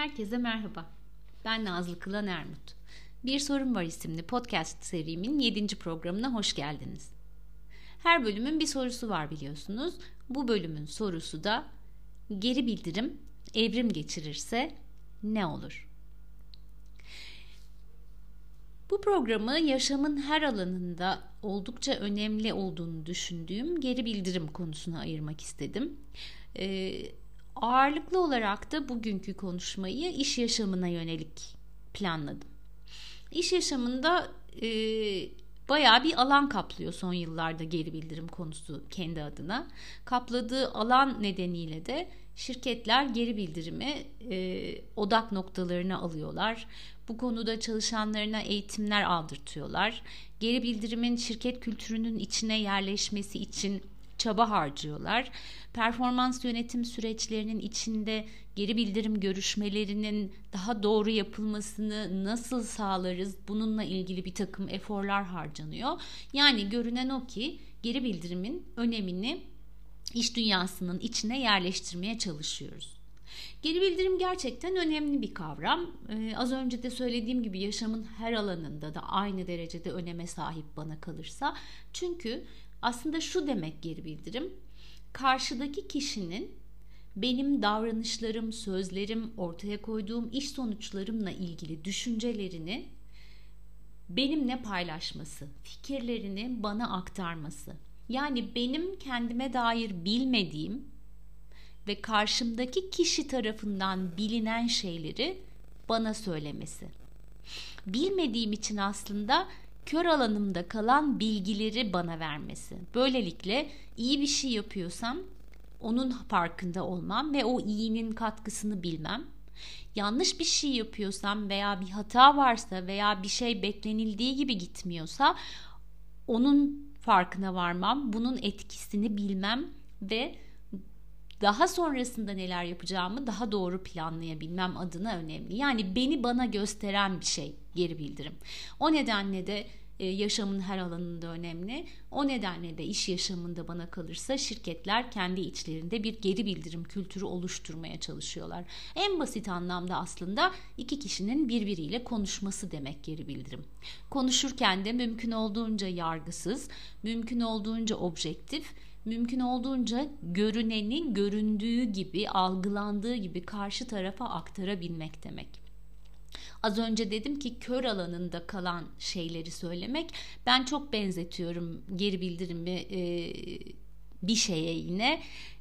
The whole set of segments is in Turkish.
Herkese merhaba. Ben Nazlı Kılan Ermut. Bir Sorun Var isimli podcast serimin 7. programına hoş geldiniz. Her bölümün bir sorusu var biliyorsunuz. Bu bölümün sorusu da geri bildirim evrim geçirirse ne olur? Bu programı yaşamın her alanında oldukça önemli olduğunu düşündüğüm geri bildirim konusuna ayırmak istedim. Ağırlıklı olarak da bugünkü konuşmayı iş yaşamına yönelik planladım. İş yaşamında bayağı bir alan kaplıyor son yıllarda geri bildirim konusu kendi adına. Kapladığı alan nedeniyle de şirketler geri bildirimi odak noktalarına alıyorlar. Bu konuda çalışanlarına eğitimler aldırtıyorlar. Geri bildirimin şirket kültürünün içine yerleşmesi için çaba harcıyorlar. Performans yönetim süreçlerinin içinde geri bildirim görüşmelerinin daha doğru yapılmasını nasıl sağlarız? Bununla ilgili bir takım eforlar harcanıyor. Yani görünen o ki geri bildirimin önemini iş dünyasının içine yerleştirmeye çalışıyoruz. Geri bildirim gerçekten önemli bir kavram. Az önce de söylediğim gibi yaşamın her alanında da aynı derecede öneme sahip bana kalırsa. Çünkü aslında şu demek geri bildirim, karşıdaki kişinin benim davranışlarım, sözlerim, ortaya koyduğum iş sonuçlarımla ilgili düşüncelerini benimle paylaşması, fikirlerini bana aktarması. Yani benim kendime dair bilmediğim ve karşımdaki kişi tarafından bilinen şeyleri bana söylemesi. Bilmediğim için aslında kör alanımda kalan bilgileri bana vermesi. Böylelikle iyi bir şey yapıyorsam onun farkında olmam ve o iyinin katkısını bilmem. Yanlış bir şey yapıyorsam veya bir hata varsa veya bir şey beklenildiği gibi gitmiyorsa onun farkına varmam, bunun etkisini bilmem ve daha sonrasında neler yapacağımı daha doğru planlayabilmem adına önemli. Yani beni bana gösteren bir şey geri bildirim. O nedenle de yaşamın her alanında önemli. O nedenle de iş yaşamında bana kalırsa şirketler kendi içlerinde bir geri bildirim kültürü oluşturmaya çalışıyorlar. En basit anlamda aslında iki kişinin birbiriyle konuşması demek geri bildirim. Konuşurken de mümkün olduğunca yargısız, mümkün olduğunca objektif, mümkün olduğunca görüneni göründüğü gibi, algılandığı gibi karşı tarafa aktarabilmek demek. Az önce dedim ki kör alanında kalan şeyleri söylemek. Ben çok benzetiyorum geri bildirimi bir şeye yine.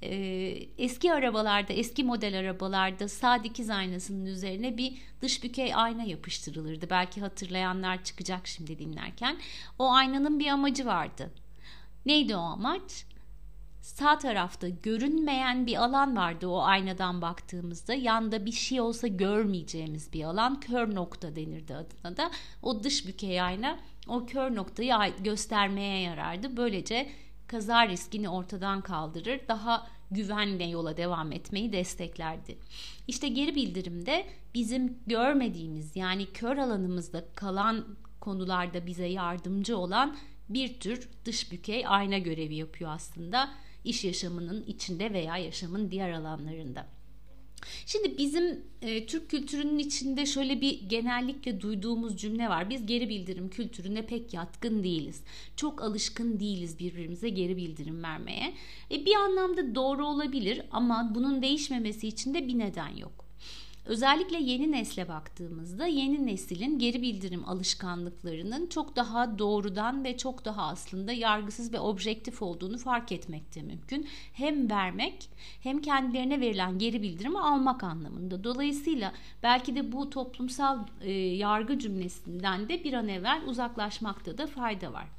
Eski arabalarda, eski model arabalarda sağ dikiz aynasının üzerine bir dış bükey ayna yapıştırılırdı. Belki hatırlayanlar çıkacak şimdi dinlerken. O aynanın bir amacı vardı. Neydi o amaç? Sağ tarafta görünmeyen bir alan vardı o aynadan baktığımızda. Yanda bir şey olsa görmeyeceğimiz bir alan. Kör nokta denirdi adına da. O dış bükey ayna o kör noktayı göstermeye yarardı. Böylece kaza riskini ortadan kaldırır. Daha güvenle yola devam etmeyi desteklerdi. İşte geri bildirimde bizim görmediğimiz yani kör alanımızda kalan konularda bize yardımcı olan bir tür dış bükey ayna görevi yapıyor aslında iş yaşamının içinde veya yaşamın diğer alanlarında. Şimdi bizim Türk kültürünün içinde şöyle bir genellikle duyduğumuz cümle var. Biz geri bildirim kültürüne pek yatkın değiliz. Çok alışkın değiliz birbirimize geri bildirim vermeye. Bir anlamda doğru olabilir ama bunun değişmemesi için de bir neden yok. Özellikle yeni nesle baktığımızda yeni neslin geri bildirim alışkanlıklarının çok daha doğrudan ve çok daha aslında yargısız ve objektif olduğunu fark etmek de mümkün. Hem vermek hem kendilerine verilen geri bildirimi almak anlamında. Dolayısıyla belki de bu toplumsal yargı cümlesinden de bir an evvel uzaklaşmakta da fayda var.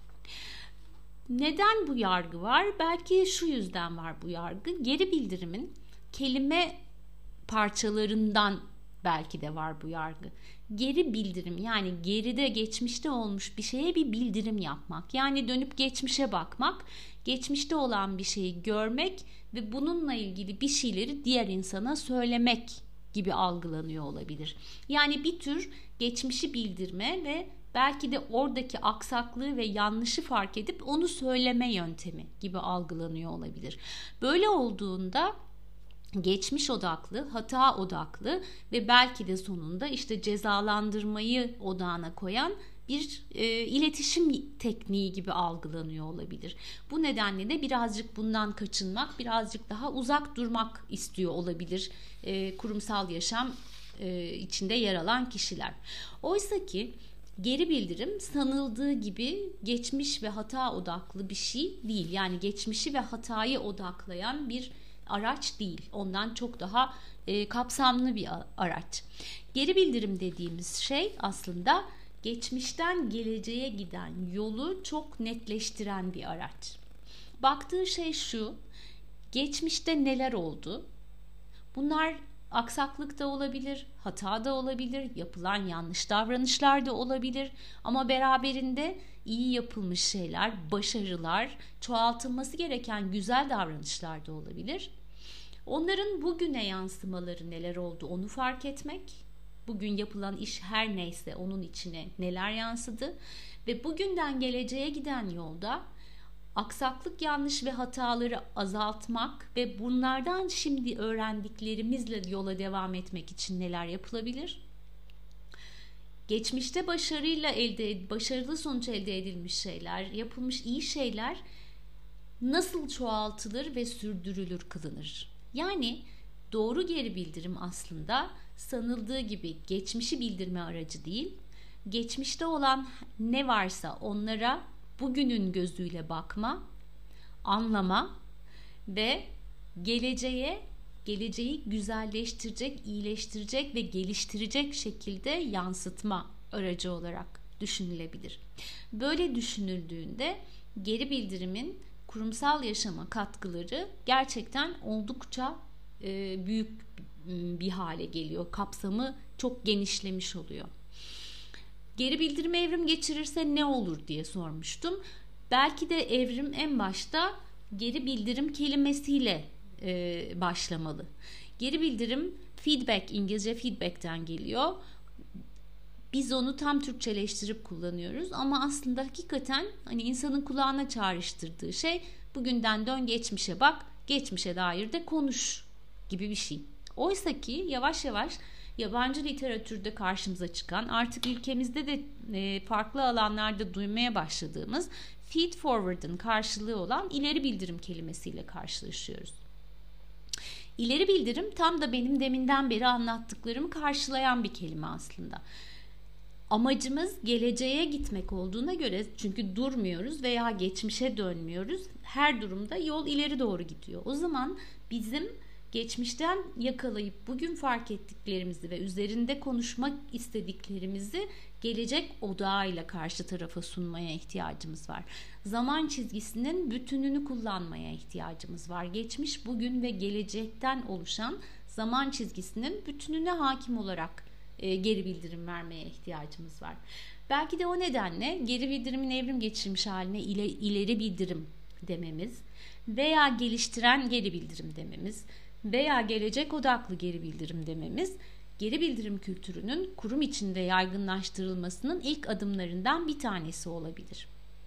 Neden bu yargı var? Belki şu yüzden var bu yargı. Geri bildirimin kelime parçalarından belki de var bu yargı. Geri bildirim yani geride geçmişte olmuş bir şeye bir bildirim yapmak. Yani dönüp geçmişe bakmak, geçmişte olan bir şeyi görmek ve bununla ilgili bir şeyleri diğer insana söylemek gibi algılanıyor olabilir. Yani bir tür geçmişi bildirme ve belki de oradaki aksaklığı ve yanlışı fark edip onu söyleme yöntemi gibi algılanıyor olabilir. Böyle olduğunda geçmiş odaklı, hata odaklı ve belki de sonunda işte cezalandırmayı odağına koyan bir iletişim tekniği gibi algılanıyor olabilir. Bu nedenle de birazcık bundan kaçınmak, birazcık daha uzak durmak istiyor olabilir kurumsal yaşam içinde yer alan kişiler. Oysa ki geri bildirim sanıldığı gibi geçmiş ve hata odaklı bir şey değil. Yani geçmişi ve hatayı odaklayan bir araç değil. Ondan çok daha kapsamlı bir araç. Geri bildirim dediğimiz şey aslında geçmişten geleceğe giden yolu çok netleştiren bir araç. Baktığı şey şu: geçmişte neler oldu? Bunlar aksaklık da olabilir, hata da olabilir, yapılan yanlış davranışlar da olabilir ama beraberinde iyi yapılmış şeyler, başarılar, çoğaltılması gereken güzel davranışlar da olabilir. Onların bugüne yansımaları neler oldu onu fark etmek, bugün yapılan iş her neyse onun içine neler yansıdı ve bugünden geleceğe giden yolda aksaklık, yanlış ve hataları azaltmak ve bunlardan şimdi öğrendiklerimizle yola devam etmek için neler yapılabilir? Geçmişte başarılı sonuç elde edilmiş şeyler, yapılmış iyi şeyler nasıl çoğaltılır ve sürdürülür kılınır? Yani doğru geri bildirim aslında sanıldığı gibi geçmişi bildirme aracı değil, geçmişte olan ne varsa onlara bugünün gözüyle bakma, anlama ve geleceği güzelleştirecek, iyileştirecek ve geliştirecek şekilde yansıtma aracı olarak düşünülebilir. Böyle düşünüldüğünde geri bildirimin kurumsal yaşama katkıları gerçekten oldukça büyük bir hale geliyor. Kapsamı çok genişlemiş oluyor. Geri bildirim evrim geçirirse ne olur diye sormuştum. Belki de evrim en başta geri bildirim kelimesiyle başlamalı. Geri bildirim feedback, İngilizce feedback'ten geliyor. Biz onu tam Türkçeleştirip kullanıyoruz ama aslında hakikaten hani insanın kulağına çağrıştırdığı şey bugünden dön geçmişe bak, geçmişe dair de konuş gibi bir şey. Oysa ki yavaş yavaş yabancı literatürde karşımıza çıkan, artık ülkemizde de farklı alanlarda duymaya başladığımız feed forward'ın karşılığı olan ileri bildirim kelimesiyle karşılaşıyoruz. İleri bildirim tam da benim deminden beri anlattıklarımı karşılayan bir kelime aslında. Amacımız geleceğe gitmek olduğuna göre, çünkü durmuyoruz veya geçmişe dönmüyoruz, her durumda yol ileri doğru gidiyor. O zaman bizim geçmişten yakalayıp bugün fark ettiklerimizi ve üzerinde konuşmak istediklerimizi gelecek odağıyla karşı tarafa sunmaya ihtiyacımız var. Zaman çizgisinin bütününü kullanmaya ihtiyacımız var. Geçmiş, bugün ve gelecekten oluşan zaman çizgisinin bütününe hakim olarak geri bildirim vermeye ihtiyacımız var. Belki de o nedenle geri bildirimin evrim geçirmiş haline ileri bildirim dememiz veya geliştiren geri bildirim dememiz veya gelecek odaklı geri bildirim dememiz geri bildirim kültürünün kurum içinde yaygınlaştırılmasının ilk adımlarından bir tanesi olabilir.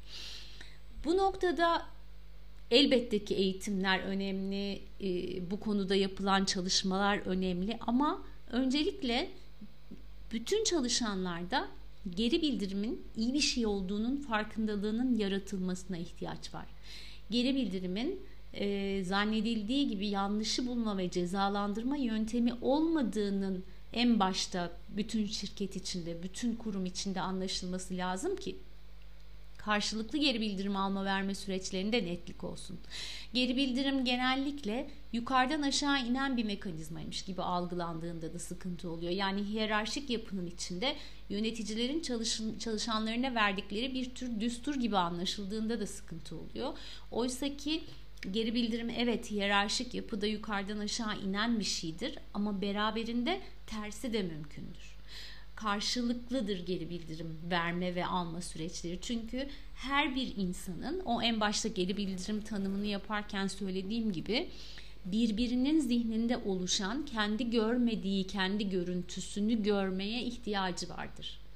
Bu noktada elbette ki eğitimler önemli, bu konuda yapılan çalışmalar önemli ama öncelikle bütün çalışanlarda geri bildirimin iyi bir şey olduğunun farkındalığının yaratılmasına ihtiyaç var. Geri bildirimin zannedildiği gibi yanlışı bulma ve cezalandırma yöntemi olmadığının en başta bütün şirket içinde, bütün kurum içinde anlaşılması lazım ki karşılıklı geri bildirim alma verme süreçlerinde netlik olsun. Geri bildirim genellikle yukarıdan aşağı inen bir mekanizmaymış gibi algılandığında da sıkıntı oluyor. Yani hiyerarşik yapının içinde yöneticilerin çalışanlarına verdikleri bir tür düstur gibi anlaşıldığında da sıkıntı oluyor. Oysa ki geri bildirim evet hiyerarşik yapıda yukarıdan aşağı inen bir şeydir ama beraberinde tersi de mümkündür. Karşılıklıdır geri bildirim verme ve alma süreçleri. Çünkü her bir insanın o en başta geri bildirim tanımını yaparken söylediğim gibi birbirinin zihninde oluşan kendi görmediği kendi görüntüsünü görmeye ihtiyacı vardır.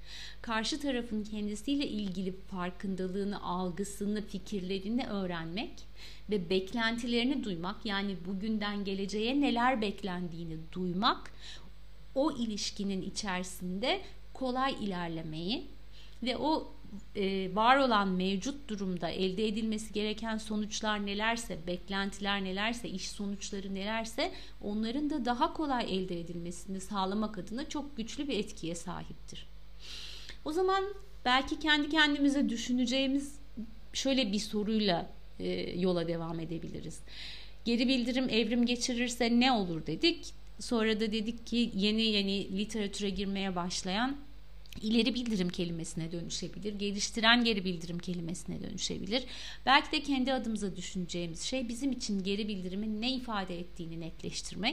Karşı tarafın kendisiyle ilgili farkındalığını, algısını, fikirlerini öğrenmek ve beklentilerini duymak, yani bugünden geleceğe neler beklendiğini duymak, o ilişkinin içerisinde kolay ilerlemeyi ve o var olan mevcut durumda elde edilmesi gereken sonuçlar nelerse, beklentiler nelerse, iş sonuçları nelerse onların da daha kolay elde edilmesini sağlamak adına çok güçlü bir etkiye sahiptir. O zaman belki kendi kendimize düşüneceğimiz şöyle bir soruyla yola devam edebiliriz. Geri bildirim evrim geçirirse ne olur dedik. Sonra da dedik ki yeni literatüre girmeye başlayan ileri bildirim kelimesine dönüşebilir. Geliştiren geri bildirim kelimesine dönüşebilir. Belki de kendi adımıza düşüneceğimiz şey bizim için geri bildirimin ne ifade ettiğini netleştirmek.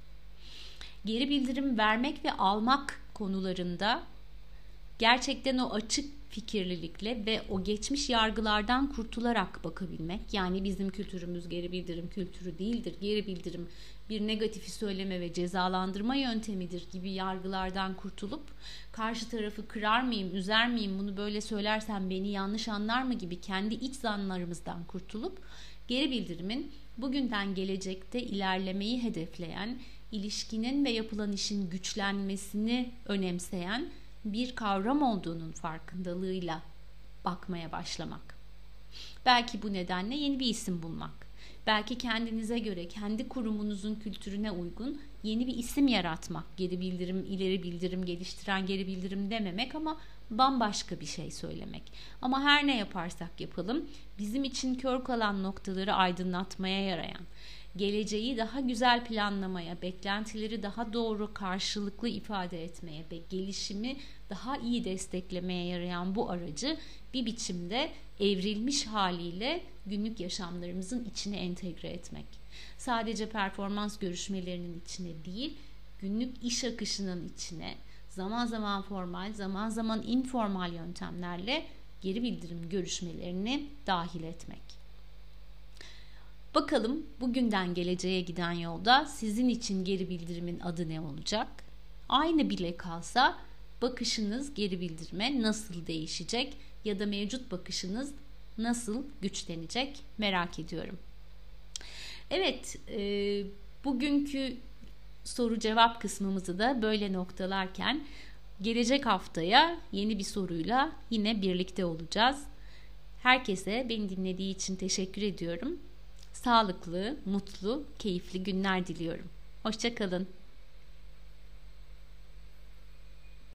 Geri bildirim vermek ve almak konularında gerçekten o açık fikirlilikle ve o geçmiş yargılardan kurtularak bakabilmek. Yani bizim kültürümüz geri bildirim kültürü değildir. Geri bildirim bir negatifi söyleme ve cezalandırma yöntemidir gibi yargılardan kurtulup karşı tarafı kırar mıyım, üzer miyim, bunu böyle söylersem beni yanlış anlar mı gibi kendi iç zanlarımızdan kurtulup geri bildirimin bugünden gelecekte ilerlemeyi hedefleyen, ilişkinin ve yapılan işin güçlenmesini önemseyen bir kavram olduğunun farkındalığıyla bakmaya başlamak. Belki bu nedenle yeni bir isim bulmak. Belki kendinize göre, kendi kurumunuzun kültürüne uygun yeni bir isim yaratmak. Geri bildirim, ileri bildirim, geliştiren geri bildirim dememek ama bambaşka bir şey söylemek. Ama her ne yaparsak yapalım, bizim için kör kalan noktaları aydınlatmaya yarayan, geleceği daha güzel planlamaya, beklentileri daha doğru karşılıklı ifade etmeye ve gelişimi daha iyi desteklemeye yarayan bu aracı bir biçimde evrilmiş haliyle günlük yaşamlarımızın içine entegre etmek. Sadece performans görüşmelerinin içine değil, günlük iş akışının içine, zaman zaman formal, zaman zaman informal yöntemlerle geri bildirim görüşmelerini dahil etmek. Bakalım bugünden geleceğe giden yolda sizin için geri bildirimin adı ne olacak? Aynı bile kalsa bakışınız geri bildirime nasıl değişecek ya da mevcut bakışınız nasıl güçlenecek merak ediyorum. Evet, bugünkü soru cevap kısmımızı da böyle noktalarken gelecek haftaya yeni bir soruyla yine birlikte olacağız. Herkese beni dinlediği için teşekkür ediyorum. Sağlıklı, mutlu, keyifli günler diliyorum. Hoşça kalın.